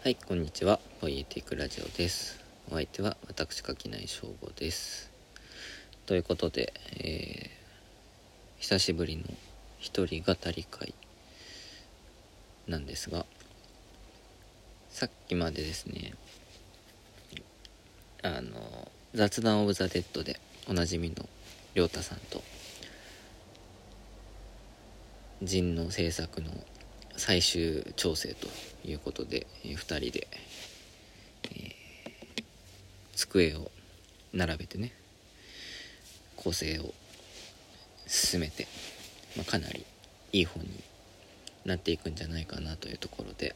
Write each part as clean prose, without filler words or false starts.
はい、こんにちは。ポイエティックラジオです。お相手は私垣内翔吾です。ということで、久しぶりの一人語り会なんですが、さっきまでですね、雑談オブザ・デッドでおなじみのりょうたさんと陣の制作の最終調整ということで、2人で、机を並べてね構成を進めて、かなりいい本になっていくんじゃないかなというところで、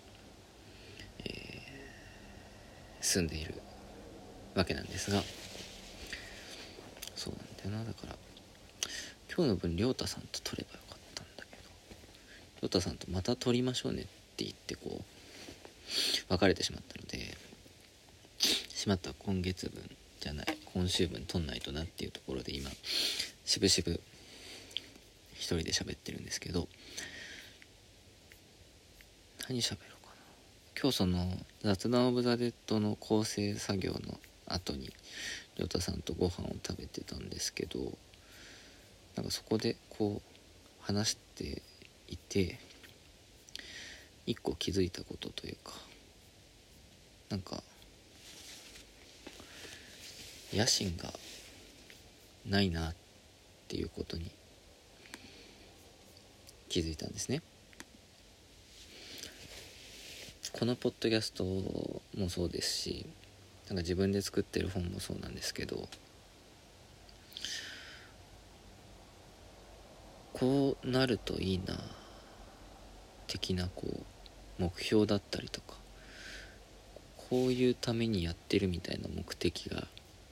進んでいるわけなんですが、そうなんだよな。だから今日の分りょうたさんと撮ればよかったんだけど、りょうたさんとまた撮りましょうねって言ってこう別れてしまったので、しまった今月分じゃない今週分撮んないとなっていうところで今しぶしぶ一人で喋ってるんですけど、何喋ろうかな。今日その雑談オブザ・デッドの構成作業の後にりょうたさんとご飯を食べてたんですけど、なんかそこでこう話していて一個気づいたことというか、なんか野心がないなっていうことに気づいたんですね。このポッドキャストもそうですし、なんか自分で作ってる本もそうなんですけど、こうなるといいな的なこう目標だったりとか、こういうためにやってるみたいな目的が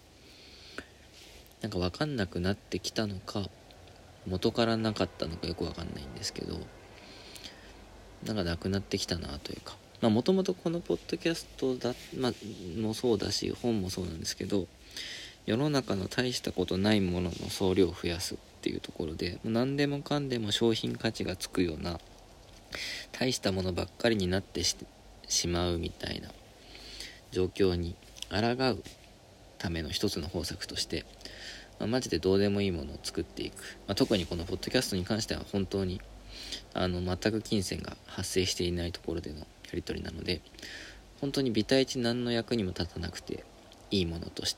なんか分かんなくなってきたのか、元からなかったのかよく分かんないんですけど、なんかなくなってきたなというか、もともとこのポッドキャストだ、もそうだし本もそうなんですけど、世の中の大したことないものの総量を増やすっていうところで、何でもかんでも商品価値がつくような大したものばっかりになってしまうみたいな状況に抗うための一つの方策として、マジでどうでもいいものを作っていく、特にこのポッドキャストに関しては本当に全く金銭が発生していないところでのやり取りなので、本当に微対値何の役にも立たなくていいものとして、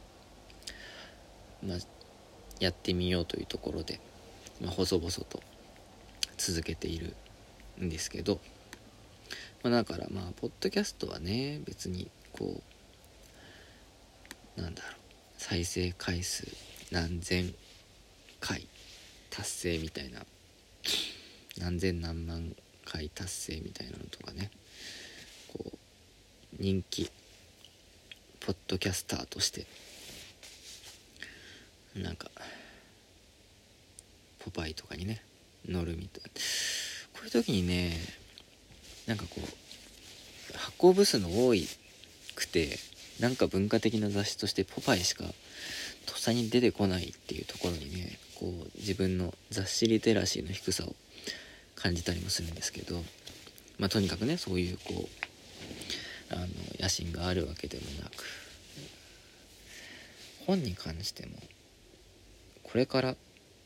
やってみようというところで、細々と続けているんですけど、だからポッドキャストはね、別にこう再生回数何千回達成みたいな、何千何万回達成みたいなのとかね、こう人気ポッドキャスターとしてなんかポパイとかにね乗るみたいな、こういう時にね、なんかこう発行部数の多くてなんか文化的な雑誌としてポパイしかとっさに出てこないっていうところにね、こう自分の雑誌リテラシーの低さを感じたりもするんですけど、とにかくね、そういうこう野心があるわけでもなく、本に関してもこれから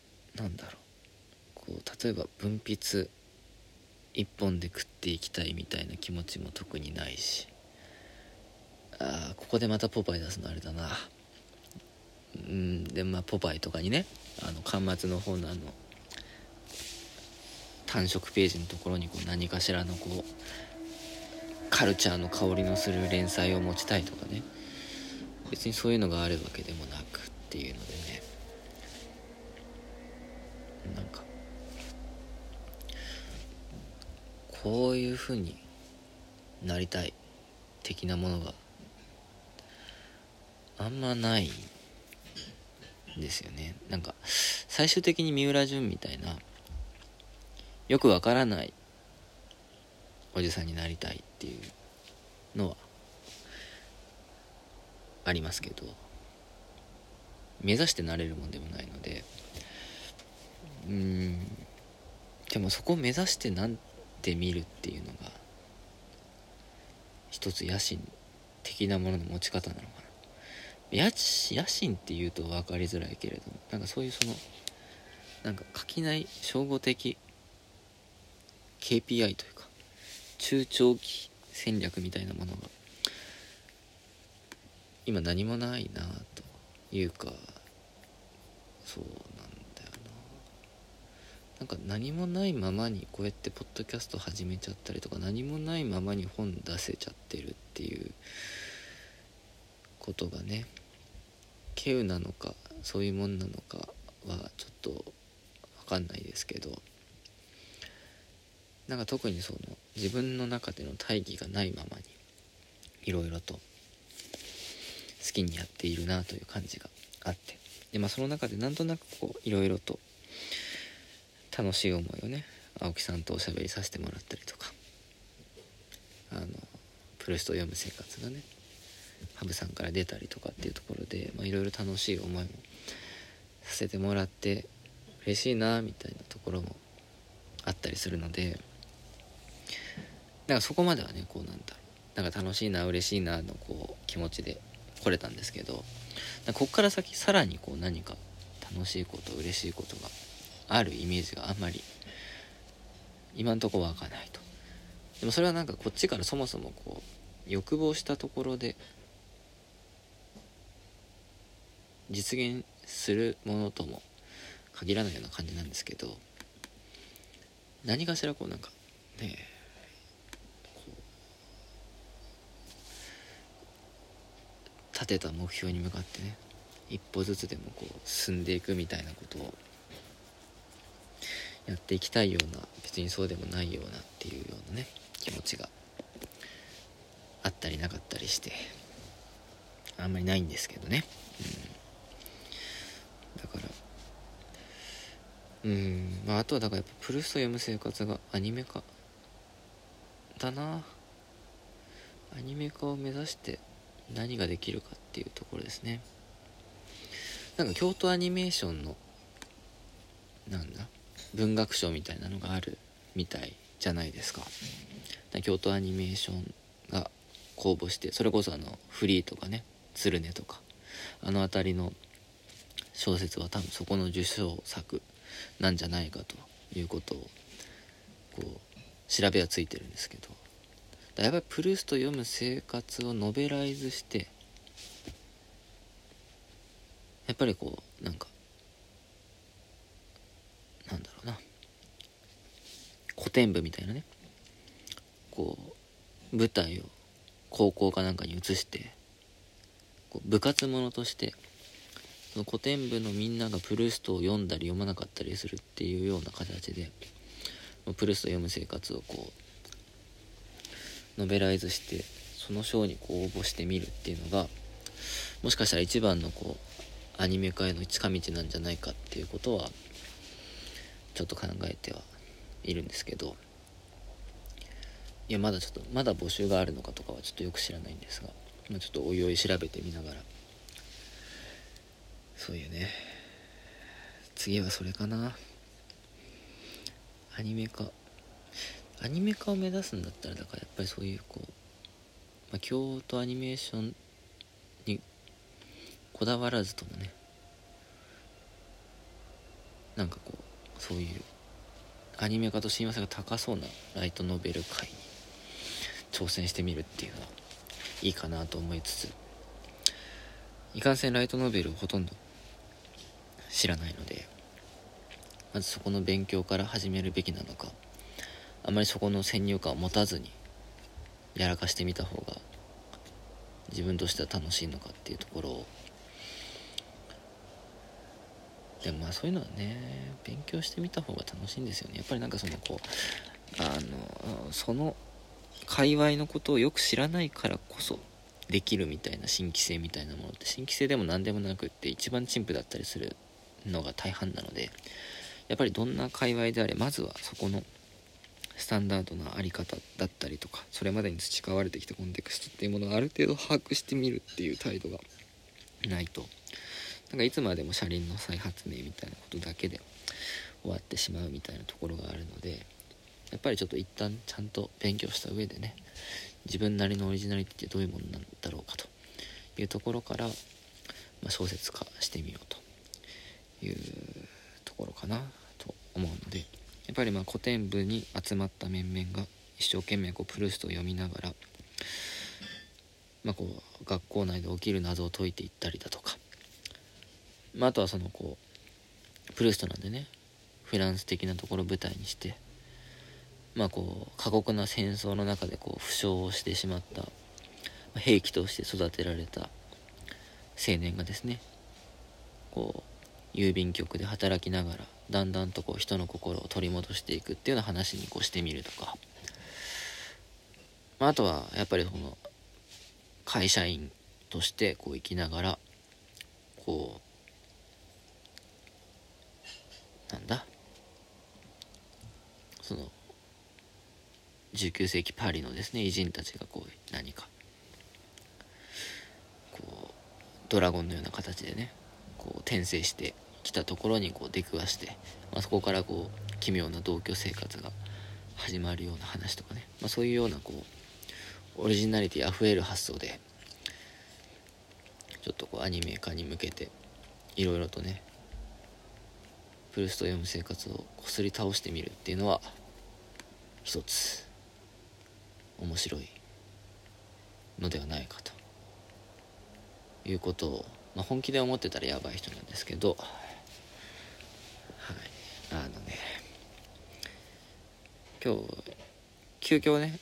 こう例えば文筆一本で食っていきたいみたいな気持ちも特にないし、ここでまたポパイ出すのあれだな。でポパイとかにね、巻末の方の単色ページのところにこう何かしらのこうカルチャーの香りのする連載を持ちたいとかね、別にそういうのがあるわけでもなくっていうのでね、なんかこういう風になりたい的なものがあんまないんですよね。なんか最終的に三浦淳みたいなよくわからないおじさんになりたいっていうのはありますけど、目指してなれるもんでもないので、でもそこを目指してなってみるっていうのが一つ野心的なものの持ち方なのかな。野心っていうと分かりづらいけれども、なんかそういうそのなんか垣内称号的 KPI というか中長期戦略みたいなものが今何もないなというか、そうなんだよな。なんか何もないままにこうやってポッドキャスト始めちゃったりとか、何もないままに本出せちゃってるっていうことがね、稀有なのかそういうもんなのかはちょっと分かんないですけど、なんか特にその自分の中での大義がないままにいろいろと好きにやっているなという感じがあって、でその中でなんとなくこういろいろと楽しい思いをね、青木さんとおしゃべりさせてもらったりとか、プルストを読む生活がねハブさんから出たりとかっていうところでいろいろ楽しい思いもさせてもらって嬉しいなみたいなところもあったりするので、なんかそこまではねこうなんか楽しいな嬉しいなのこう気持ちで来れたんですけど、こっから先さらにこう何か楽しいこと嬉しいことがあるイメージがあんまり今のところ湧かないと。でもそれはなんかこっちからそもそもこう欲望したところで実現するものとも限らないような感じなんですけど、何かしらこうなんかねこう立てた目標に向かってね一歩ずつでもこう進んでいくみたいなことをやっていきたいような、別にそうでもないようなっていうようなね気持ちがあったりなかったりしてあんまりないんですけどね、だからあとはだからやっぱプルスト読む生活がアニメ化だな。アニメ化を目指して何ができるかっていうところですね。なんか京都アニメーションの文学賞みたいなのがあるみたいじゃないですか。京都アニメーションが公募して、それこそフリーとかね鶴音とかあの辺りの小説は多分そこの受賞作なんじゃないかということをこう調べはついてるんですけど、やっぱりプルースト読む生活をノベライズして、やっぱりこうなんだろうな、古典部みたいなねこう舞台を高校かなんかに移して、こう部活ものとしてその古典部のみんながプルーストを読んだり読まなかったりするっていうような形でプルーストを読む生活をこうノベライズして、その賞にこう応募してみるっていうのがもしかしたら一番のこうアニメ化への近道なんじゃないかっていうことはちょっと考えてはいるんですけど、いやまだ募集があるのかとかはちょっとよく知らないんですが、ちょっとおいおい調べてみながら、そういうね、次はそれかな、アニメ化を目指すんだったら、だからやっぱりそういうこう、京都アニメーションにこだわらずともね、なんかこうそういうアニメ化と親和性が高そうなライトノベル界に挑戦してみるっていうのはいいかなと思いつつ、いかんせんライトノベルをほとんど知らないので、まずそこの勉強から始めるべきなのか、あまりそこの先入観を持たずにやらかしてみた方が自分としては楽しいのかっていうところを、でもそういうのはね勉強してみた方が楽しいんですよね。やっぱりなんかそのこうその界隈のことをよく知らないからこそできるみたいな新規性みたいなものって、新規性でも何でもなくって一番陳腐だったりするのが大半なので、やっぱりどんな界隈であれまずはそこのスタンダードなあり方だったりとか、それまでに培われてきたコンテクストっていうものをある程度把握してみるっていう態度がないと、なんかいつまでも車輪の再発明みたいなことだけで終わってしまうみたいなところがあるので、やっぱりちょっと一旦ちゃんと勉強した上でね自分なりのオリジナリティってどういうものなんだろうかというところから、小説化してみようというところかなと思うので、やっぱり古典部に集まった面々が一生懸命プルーストを読みながら、学校内で起きる謎を解いていったりだとか、あとはプルーストなんでね、フランス的なところを舞台にして、過酷な戦争の中で負傷をしてしまった兵器として育てられた青年がですね、郵便局で働きながらだんだんと人の心を取り戻していくっていうような話にしてみるとか、あとはやっぱり会社員として生きながら19世紀パリのですね偉人たちが何かドラゴンのような形でね転生してきたところに出くわして、そこから奇妙な同居生活が始まるような話とかね、そういうようなオリジナリティあふれる発想でちょっとアニメ化に向けていろいろとねプルーストを読む生活をこすり倒してみるっていうのは一つ面白いのではないかということを、本気で思ってたらやばい人なんですけど、今日急遽ね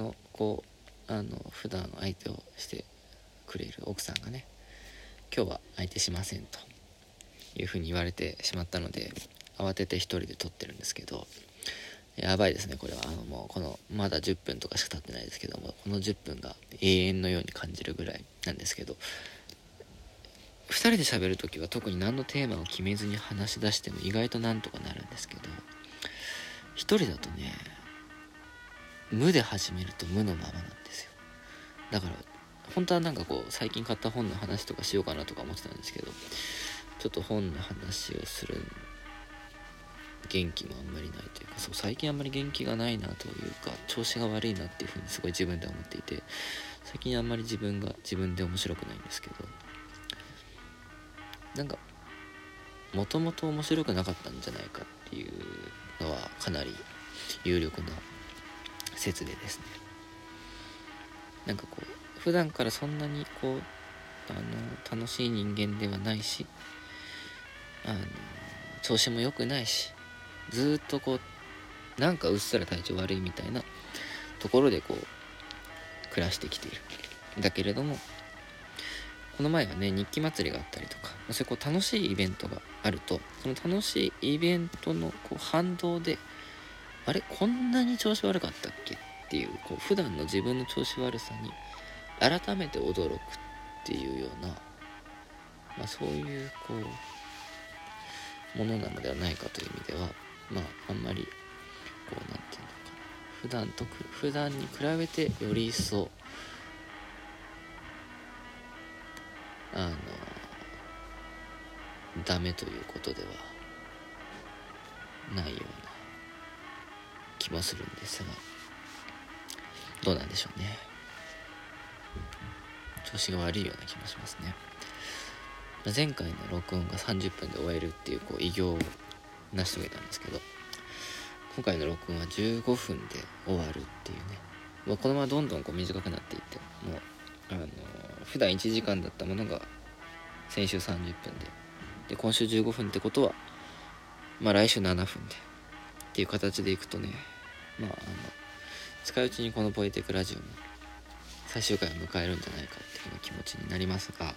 普段相手をしてくれる奥さんがね、今日は相手しませんというふうに言われてしまったので、慌てて一人で撮ってるんですけど、やばいですねこれは。もうまだ10分とかしか経ってないですけども、この10分が永遠のように感じるぐらいなんですけど、2人で喋るときは特に何のテーマを決めずに話し出しても意外となんとかなるんですけど、1人だとね無で始めると無のままなんですよ。だから本当は最近買った本の話とかしようかなとか思ってたんですけど、ちょっと本の話をする元気もあんまりないというか、最近あんまり元気がないなというか、調子が悪いなっていうふうにすごい自分で思っていて、最近あんまり自分で面白くないんですけど、もともと面白くなかったんじゃないかっていうのはかなり有力な説でですね、普段からそんなに楽しい人間ではないし、調子も良くないし、ずっとうっすら体調悪いみたいなところで暮らしてきている。だけれどもこの前はね日記祭りがあったりとか、そういう楽しいイベントがあると、その楽しいイベントの反動で、あれこんなに調子悪かったっけっていう、普段の自分の調子悪さに改めて驚くっていうような、そういうものなのではないかという意味では、あんまりなんていうのかな、普段に比べてより一層ダメということではないような気もするんですが、どうなんでしょうね。調子が悪いような気もしますね。前回の録音が30分で終えるっていう偉業を成し遂げたんですけど、今回の録音は15分で終わるっていうね、このままどんどん短くなっていって、もう普段1時間だったものが先週30分で今週15分ってことは来週7分でっていう形でいくとね、近いうちにこのポエティックラジオも最終回を迎えるんじゃないかっていう気持ちになりますが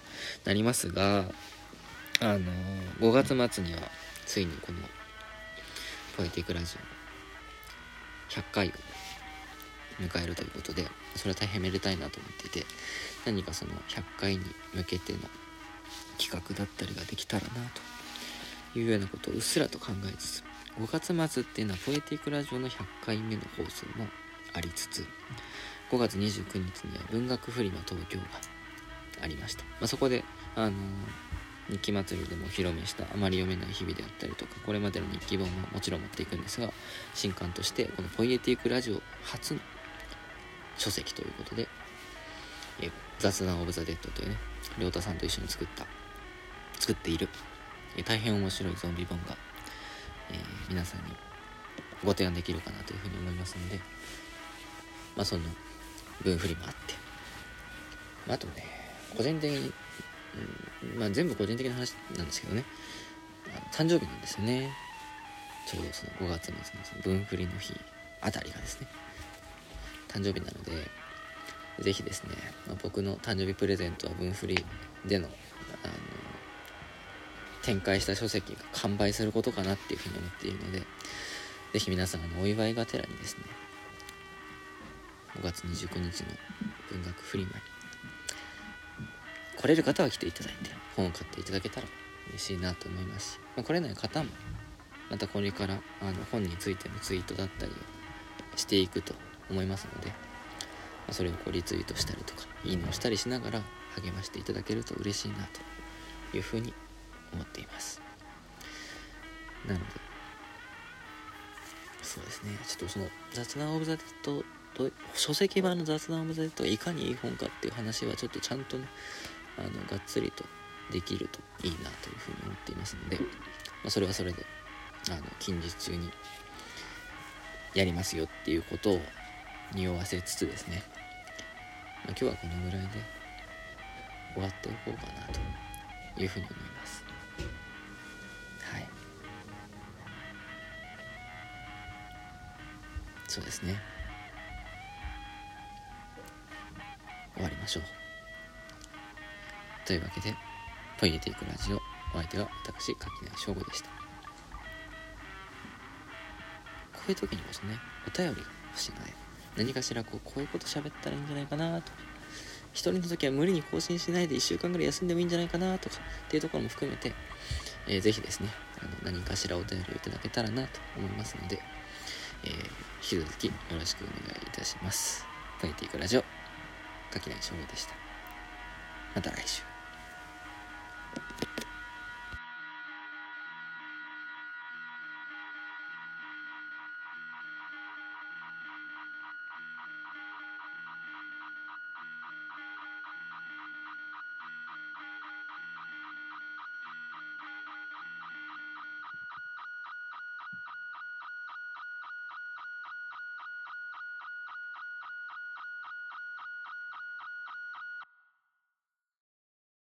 5月末にはついにこのポエティックラジオ100回を迎えるということで、それは大変めでたいなと思っていて、何かその100回に向けての企画だったりができたらなというようなことをうっすらと考えつつ、5月末っていうのはポエティックラジオの100回目の放送もありつつ、5月29日には文学フリマ東京がありました。そこで日記祭りでもお披露目したあまり読めない日々であったりとか、これまでの日記本ももちろん持っていくんですが、新刊としてこのポエティックラジオ初の書籍ということで、雑談オブザデッドというね、亮太さんと一緒に作っている、大変面白いゾンビ本が、皆さんにご提案できるかなというふうに思いますので、その分振りもあって、あとね、個人的に、全部個人的な話なんですけどね、誕生日なんですよね。ちょうどその5月末のその分振りの日あたりがですね、誕生日なので、ぜひですね、僕の誕生日プレゼントは分振りでの、展開した書籍が完売することかなっていうふうに思っているので、ぜひ皆さんお祝いがてらにですね、5月29日の文学フリマに来れる方は来ていただいて本を買っていただけたら嬉しいなと思いますし、来れない方もまたこれから本についてのツイートだったりをしていくと思いますので、それをリツイートしたりとかいいねをしたりしながら励ましていただけると嬉しいなというふうに思っています。なのでそうですね、ちょっとその雑談オブザデッドと書籍版の雑談オブザデッドがいかにいい本かっていう話はちょっとちゃんとねがっつりとできるといいなというふうに思っていますので、それはそれで近日中にやりますよっていうことを匂わせつつですね、今日はこのぐらいで終わっておこうかなというふうに思います。はい、そうですね、終わりましょうというわけで、ポイエティックラジオ、お相手は私垣内翔吾でした。こういう時にこそね、お便りが欲しいので、何かしらこういうこと喋ったらいいんじゃないかなとか、一人の時は無理に更新しないで1週間ぐらい休んでもいいんじゃないかなとかっていうところも含めて、ぜひですね、何かしらお便りをいただけたらなと思いますので、引き続きよろしくお願いいたします。ポイエティックラジオ、垣内翔吾でした。また来週。